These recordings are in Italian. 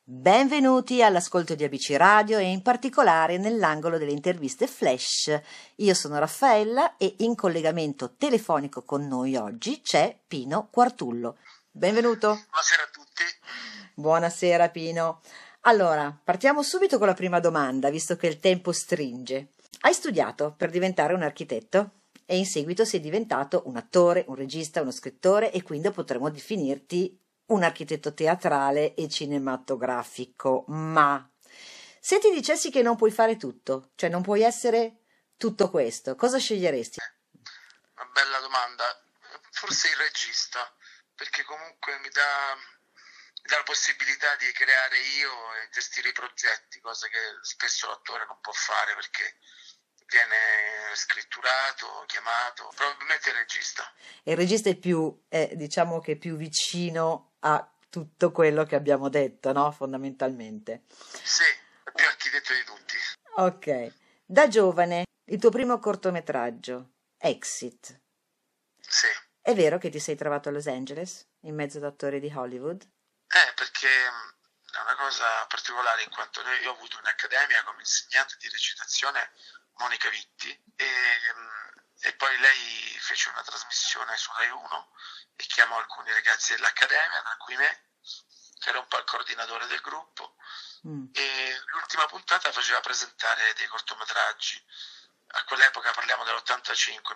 Benvenuti all'ascolto di ABC Radio e in particolare nell'angolo delle interviste flash. Io sono Raffaella e in collegamento telefonico con noi oggi c'è Pino Quartullo. Benvenuto. Buonasera a tutti. Buonasera Pino. Allora, partiamo subito con la prima domanda, visto che il tempo stringe. Hai studiato per diventare un architetto e in seguito sei diventato un attore, un regista, uno scrittore e quindi potremmo definirti un architetto teatrale e cinematografico, ma se ti dicessi che non puoi fare tutto, cioè non puoi essere tutto questo, cosa sceglieresti? Una bella domanda. Forse il regista, perché comunque mi dà la possibilità di creare io e gestire i progetti, cosa che spesso l'attore non può fare perché viene scritturato, chiamato. Probabilmente il regista. Il regista è più, diciamo che è più vicino a tutto quello che abbiamo detto, no? Fondamentalmente. Sì, è più architetto di tutti. Ok. Da giovane, il tuo primo cortometraggio, Exit. Sì. È vero che ti sei trovato a Los Angeles, in mezzo ad attori di Hollywood? Perché è una cosa particolare in quanto io ho avuto un'accademia come insegnante di recitazione, Monica Vitti, e poi lei fece una trasmissione su Rai 1 e chiamò alcuni ragazzi dell'accademia, tra cui me, che era un po' il coordinatore del gruppo, e l'ultima puntata faceva presentare dei cortometraggi. A quell'epoca, parliamo dell'85,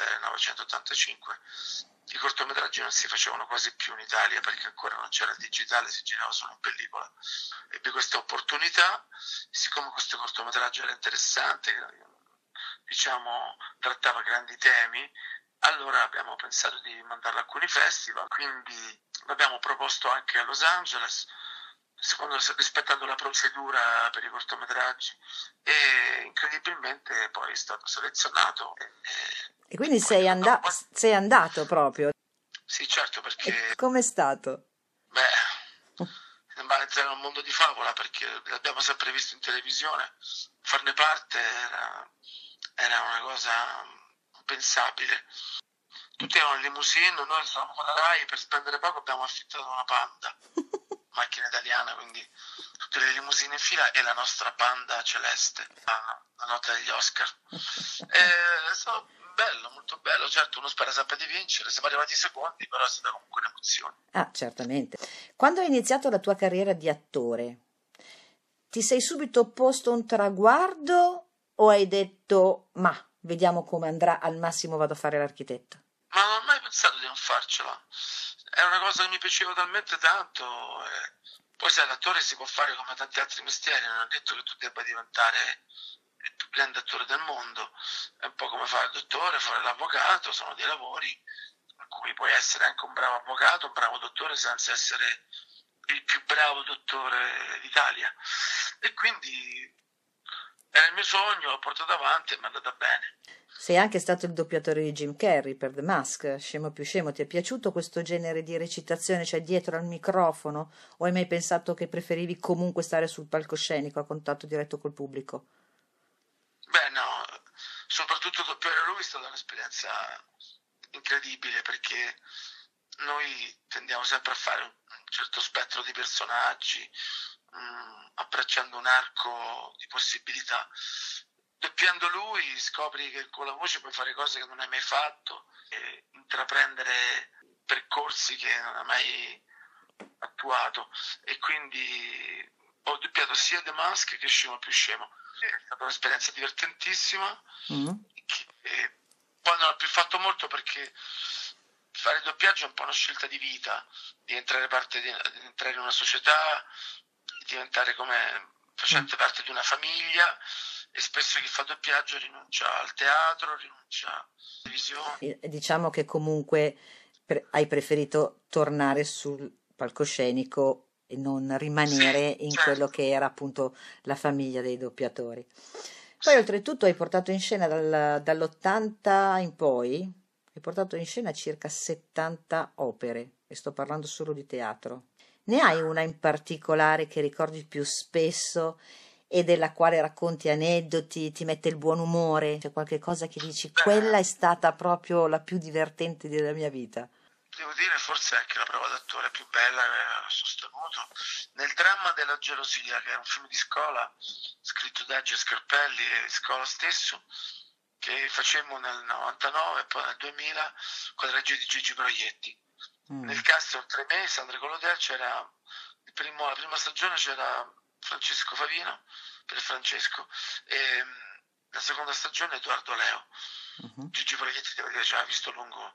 1985, i cortometraggi non si facevano quasi più in Italia perché ancora non c'era il digitale, si girava solo in pellicola. Ebbi questa opportunità, siccome questo cortometraggio era interessante, diciamo, trattava grandi temi, allora abbiamo pensato di mandarlo a alcuni festival, quindi l'abbiamo proposto anche a Los Angeles, rispettando la procedura per i cortometraggi, e incredibilmente poi è stato selezionato. E quindi sei andato proprio? Sì, certo, perché... Com'è stato? Beh, sembra entrare in un mondo di favola perché l'abbiamo sempre visto in televisione, farne parte era una cosa impensabile. Tutti erano in limousine, noi stavamo con la Rai, per spendere poco abbiamo affittato una Panda, macchina italiana, quindi tutte le limousine in fila e la nostra Panda celeste, la notte degli Oscar. È stato bello, molto bello, certo uno spera sempre di vincere, siamo arrivati secondi, però è stata comunque un'emozione. Ah, certamente. Quando hai iniziato la tua carriera di attore, ti sei subito posto un traguardo o hai detto, ma vediamo come andrà, al massimo vado a fare l'architetto? Ma non ho mai pensato di non farcela, è una cosa che mi piaceva talmente tanto. Poi sai, l'attore si può fare come tanti altri mestieri, non è detto che tu debba diventare il più grande attore del mondo, è un po' come fare il dottore, fare l'avvocato, sono dei lavori per cui puoi essere anche un bravo avvocato, un bravo dottore senza essere il più bravo dottore d'Italia. E quindi era il mio sogno, l'ho portato avanti e mi è andata bene. Sei anche stato il doppiatore di Jim Carrey per The Mask, Scemo più scemo. Ti è piaciuto questo genere di recitazione, cioè dietro al microfono, o hai mai pensato che preferivi comunque stare sul palcoscenico a contatto diretto col pubblico? Beh no, soprattutto doppiare lui è stata un'esperienza incredibile perché noi tendiamo sempre a fare un certo spettro di personaggi, abbracciando un arco di possibilità. Doppiando lui scopri che con la voce puoi fare cose che non hai mai fatto e intraprendere percorsi che non hai mai attuato, e quindi ho doppiato sia The Mask che Scemo più scemo. È stata un'esperienza divertentissima e poi non ho più fatto molto perché fare il doppiaggio è un po' una scelta di vita, di entrare in una società, di diventare come facente parte di una famiglia, e spesso chi fa doppiaggio rinuncia al teatro, rinuncia alla televisione. Diciamo che comunque hai preferito tornare sul palcoscenico e non rimanere in certo. quello che era appunto la famiglia dei doppiatori. Poi oltretutto hai portato in scena dall'80 in poi, hai portato in scena circa 70 opere, e sto parlando solo di teatro. Ne hai una in particolare che ricordi più spesso e della quale racconti aneddoti, ti mette il buon umore? C'è qualche cosa che dici, quella è stata proprio la più divertente della mia vita? devo dire forse anche la prova d'attore più bella che ho sostenuto, nel dramma della gelosia, che è un film di Scola, scritto da Agio Scarpelli e Scola stesso, che facemmo nel 99 e poi nel 2000 con la regia di Gigi Proietti. Nel cast oltre me, Sandra Colodel, c'era la prima stagione c'era Francesco Favino, per Francesco, e la seconda stagione Edoardo Leo. Gigi Proietti devo dire ci aveva visto lungo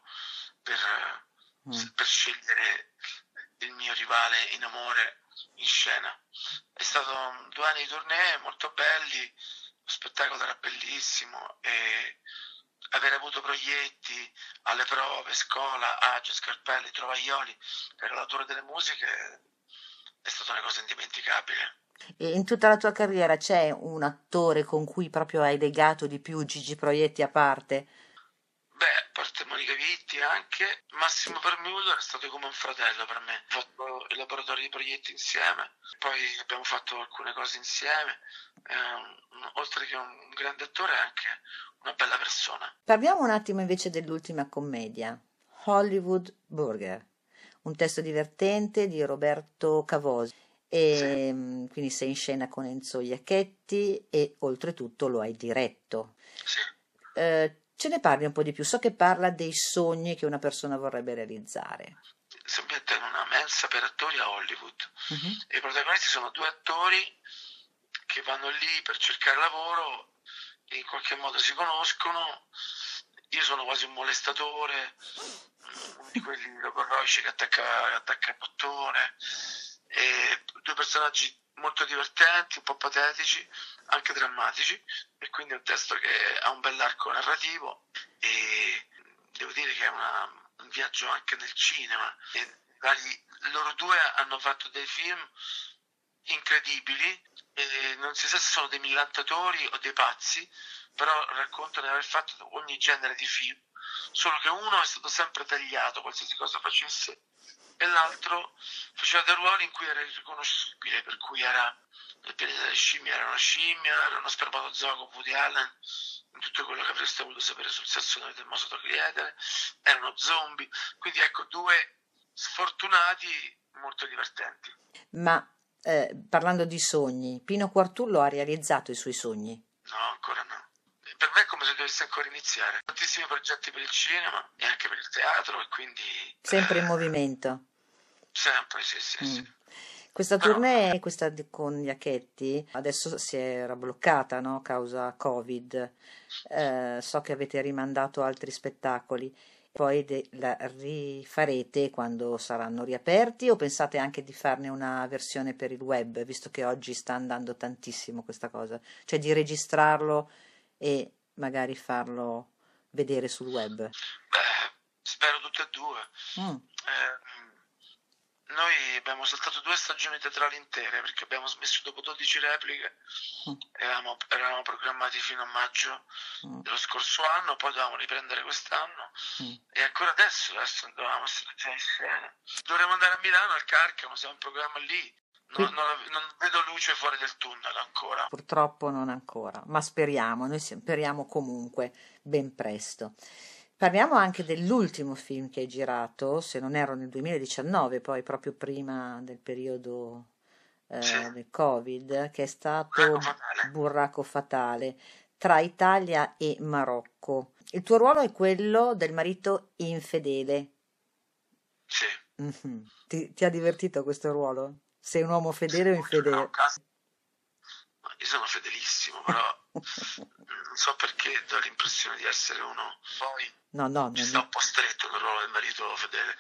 per scegliere il mio rivale in amore in scena. È stato 2 anni di tournée molto belli, lo spettacolo era bellissimo e aver avuto Proietti alle prove, Scola, Agio, Scarpelli, Trovaioli, che era l'autore delle musiche, è stata una cosa indimenticabile. E in tutta la tua carriera c'è un attore con cui proprio hai legato di più, Gigi Proietti a parte? Beh, a parte Monica Vitti anche, Massimo Permulo è stato come un fratello per me. Ho fatto il laboratorio di proietti insieme, poi abbiamo fatto alcune cose insieme. Oltre che un grande attore, è anche una bella persona. Parliamo un attimo invece dell'ultima commedia, Hollywood Burger, un testo divertente di Roberto Cavosi. E quindi sei in scena con Enzo Iacchetti e oltretutto lo hai diretto. Sì. Ce ne parli un po' di più? So che parla dei sogni che una persona vorrebbe realizzare. Si ambienta in una mensa per attori a Hollywood e i protagonisti sono 2 attori che vanno lì per cercare lavoro e in qualche modo si conoscono. Io sono quasi un molestatore, uno di quelli logorroici che attacca il bottone, e 2 personaggi molto divertenti, un po' patetici, anche drammatici, e quindi è un testo che ha un bell'arco narrativo e devo dire che è un viaggio anche nel cinema. Loro 2 hanno fatto dei film incredibili e non si sa se sono dei millantatori o dei pazzi, però raccontano di aver fatto ogni genere di film, solo che uno è stato sempre tagliato qualsiasi cosa facesse e l'altro faceva dei ruoli in cui era irriconoscibile, per cui era nel pianeta delle scimmie, era una scimmia, era uno spermatozoo con Woody Allen, in tutto quello che avreste voluto sapere sul sesso del motocrietere, era uno zombie, quindi ecco 2 sfortunati molto divertenti. Ma parlando di sogni, Pino Quartullo ha realizzato i suoi sogni? No, ancora no. Per me è come se dovesse ancora iniziare. Tantissimi progetti per il cinema e anche per il teatro e quindi... Sempre in movimento? Sempre, sì. Questa Però, tournée, con Iacchetti, adesso si era bloccata, no? Causa Covid. So che avete rimandato altri spettacoli. Poi la rifarete quando saranno riaperti o pensate anche di farne una versione per il web, visto che oggi sta andando tantissimo questa cosa? Cioè di registrarlo e magari farlo vedere sul web? beh, spero tutte e 2. Noi abbiamo saltato 2 stagioni teatrali intere perché abbiamo smesso dopo 12 repliche, eravamo programmati fino a maggio dello scorso anno, poi dovevamo riprendere quest'anno e ancora adesso dovevamo essere già in scena. Dovremmo andare a Milano al Carcano, siamo in programma lì, non vedo luce fuori del tunnel ancora. Purtroppo non ancora, ma speriamo, noi speriamo comunque ben presto. Parliamo anche dell'ultimo film che hai girato, se non ero nel 2019, poi proprio prima del periodo del Covid, che è stato Burraco Fatale, tra Italia e Marocco. Il tuo ruolo è quello del marito infedele. Sì. Ti ha divertito questo ruolo? Sei un uomo fedele o infedele? Io sono fedelissimo, però non so perché do l'impressione di essere uno. Poi ci sta un po' stretto nel ruolo del marito fedele.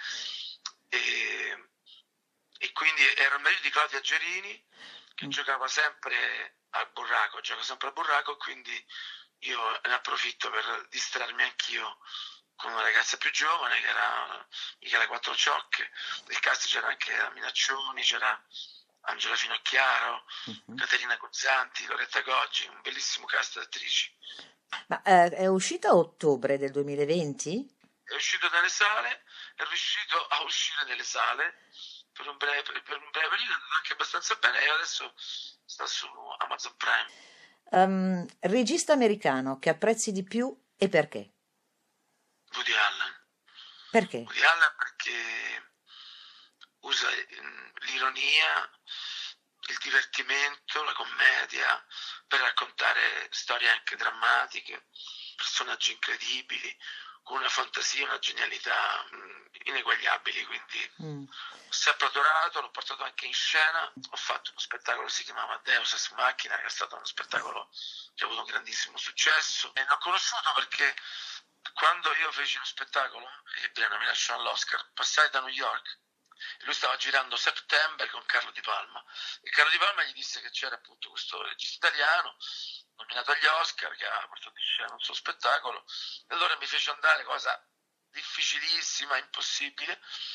E quindi era il marito di Claudia Gerini, che giocava sempre al burraco, gioca sempre al burraco, quindi io ne approfitto per distrarmi anch'io con una ragazza più giovane che era Michele Quattrociocche. Nel cast c'era anche la Minaccioni, c'era Angela Finocchiaro, Caterina Guzzanti, Loretta Goggi, un bellissimo cast di attrici. Ma è uscito a ottobre del 2020? È uscito nelle sale, è riuscito a uscire nelle sale per un breve periodo, anche abbastanza bene, e adesso sta su Amazon Prime. Regista americano che apprezzi di più e perché? Woody Allen. Perché? Woody Allen perché usa l'ironia, il divertimento, la commedia per raccontare storie anche drammatiche, personaggi incredibili, con una fantasia, una genialità ineguagliabili, quindi Mm. ho sempre adorato, l'ho portato anche in scena, ho fatto uno spettacolo che si chiamava Deus Ex Machina, che è stato uno spettacolo che ha avuto un grandissimo successo, e l'ho conosciuto perché quando io feci lo spettacolo e ebbe la nomination all'Oscar, passai da New York e lui stava girando September con Carlo Di Palma, e Carlo Di Palma gli disse che c'era appunto questo regista italiano nominato agli Oscar che ha portato in scena un suo spettacolo, e allora mi fece andare, cosa difficilissima, impossibile,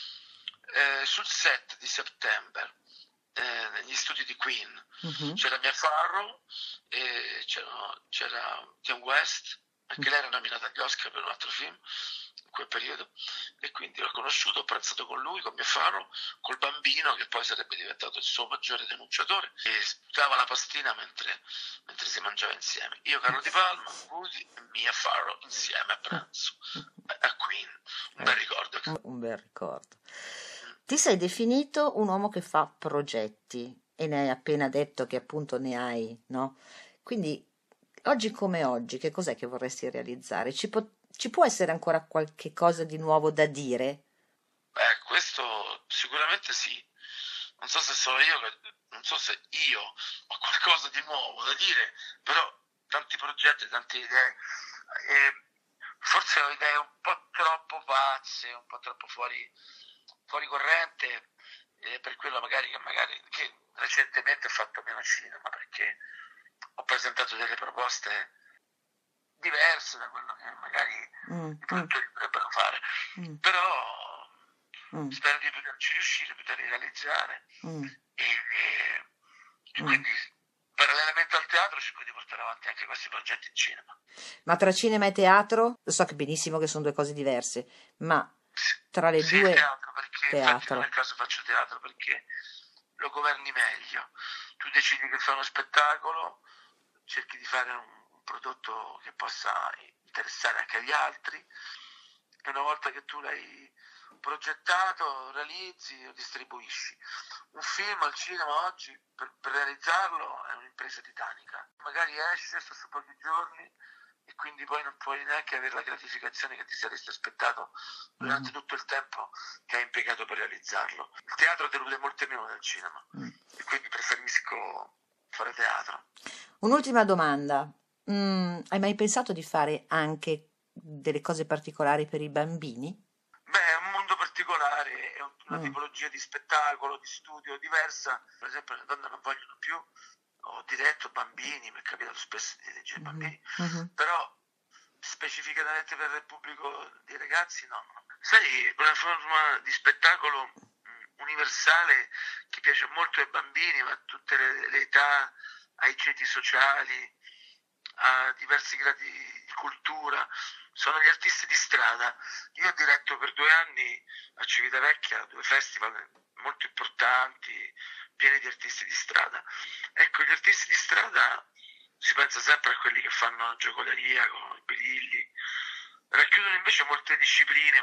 sul set di September, negli studi di Queen. Mhm. C'era Mia Farrow e c'era Tim West, anche lei era nominata agli Oscar per un altro film in quel periodo, e quindi l'ho conosciuto, ho pranzato con lui, con Mia Farrow, col bambino che poi sarebbe diventato il suo maggiore denunciatore, e sputava la pastina mentre si mangiava insieme. Io, Carlo Di Palma, Woody e Mia Farrow insieme a pranzo a Queen. Un bel ricordo. Un bel ricordo. Ti sei definito un uomo che fa progetti e ne hai appena detto che appunto ne hai, no? Quindi oggi come oggi, che cos'è che vorresti realizzare? Ci può essere ancora qualche cosa di nuovo da dire? Questo sicuramente sì. Non so se sono io, non so se io ho qualcosa di nuovo da dire, però tanti progetti, tante idee. Forse ho idee un po' troppo pazze, un po' troppo fuori corrente, per quello magari che recentemente ho fatto meno cinema, perché ho presentato delle proposte diverse da quello che magari i produttori dovrebbero fare, però spero di poterci riuscire, poterli realizzare, e quindi parallelamente al teatro cerco di portare avanti anche questi progetti in cinema. Ma tra cinema e teatro, so che benissimo che sono due cose diverse, ma tra le Sì, due teatro, perché infatti non teatro. è caso faccio teatro, perché lo governi meglio. Tu decidi che fai uno spettacolo, cerchi di fare un prodotto che possa interessare anche agli altri, e una volta che tu l'hai progettato, realizzi o distribuisci. Un film al cinema oggi, per realizzarlo, è un'impresa titanica. Magari esce, sta su pochi giorni, e quindi poi non puoi neanche avere la gratificazione che ti saresti aspettato durante tutto il tempo che hai impiegato per realizzarlo. Il teatro delude molto meno del cinema, e quindi preferisco fare teatro. Un'ultima domanda. Hai mai pensato di fare anche delle cose particolari per i bambini? Beh, è un mondo particolare, è una tipologia di spettacolo, di studio diversa. Per esempio, le donne non vogliono più. Ho diretto bambini, mi è capitato spesso di dirigere bambini, però specificatamente per il pubblico dei ragazzi no. Sai, una forma di spettacolo universale che piace molto ai bambini, ma a tutte le età, ai ceti sociali, a diversi gradi di cultura, sono gli artisti di strada. Io ho diretto per 2 anni a Civitavecchia 2 festival molto importanti, pieni di artisti di strada. Ecco, gli artisti di strada, si pensa sempre a quelli che fanno giocoleria con i birilli, racchiudono invece molte discipline,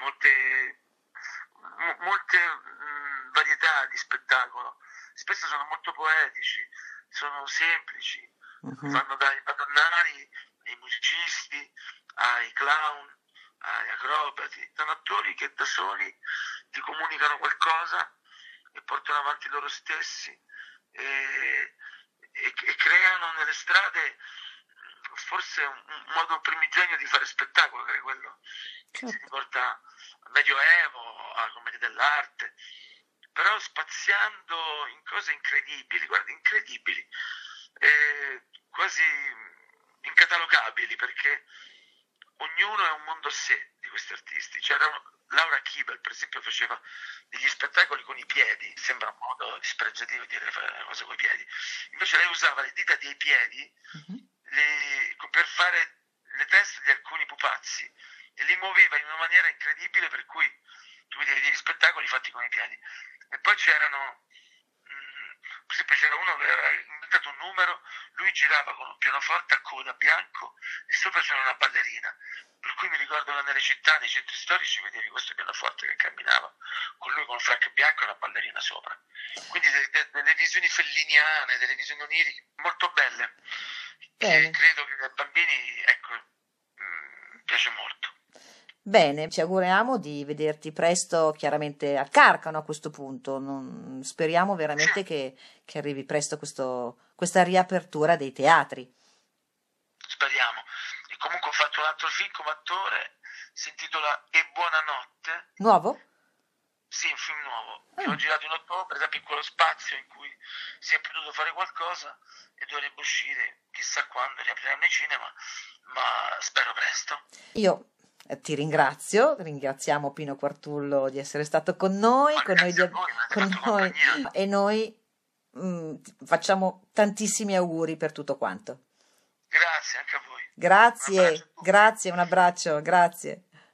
molte varietà di spettacolo. Spesso sono molto poetici, sono semplici, vanno dai padannari ai musicisti, ai clown, agli acrobati. Sono attori che da soli ti comunicano qualcosa e portano avanti loro stessi, e creano nelle strade forse un modo primigenio di fare spettacolo, che è quello che si riporta al Medioevo, alla commedia dell'arte, però spaziando in cose incredibili, guarda, incredibili, quasi incatalogabili, perché ognuno è un mondo a sé di questi artisti. C'era Laura Kibel, per esempio, faceva degli spettacoli con i piedi, sembra un modo dispregiativo dire fare una cosa con i piedi, invece lei usava le dita dei piedi per fare le teste di alcuni pupazzi, e li muoveva in una maniera incredibile, per cui tu vedevi degli spettacoli fatti con i piedi. E poi c'erano, per esempio c'era uno che aveva inventato un numero, lui girava con un pianoforte a coda bianco e sopra c'era una ballerina, per cui mi ricordo che nelle città, nei centri storici, vedevi questo pianoforte che camminava con lui con il frac bianco e una ballerina sopra. Quindi delle visioni felliniane, delle visioni oniriche molto belle, che Bene. credo che ai bambini, ecco, piace molto. Bene, ci auguriamo di vederti presto, chiaramente a Carcano a questo punto. Speriamo Sì, veramente che arrivi presto questa riapertura dei teatri. speriamo. E comunque ho fatto un altro film come attore, si intitola E buonanotte. Nuovo? Sì, un film nuovo che ho Ah, girato in ottobre, da piccolo spazio in cui si è potuto fare qualcosa e dovrebbe uscire chissà quando riapriranno i cinema, ma spero presto. io ti ringrazio, ringraziamo Pino Quartullo di essere stato Ma con noi, grazie a voi, mi avete fatto noi compagnia. e noi facciamo tantissimi auguri per tutto quanto. Grazie anche a voi. Un abbraccio Grazie, a tutti. grazie, un abbraccio, grazie.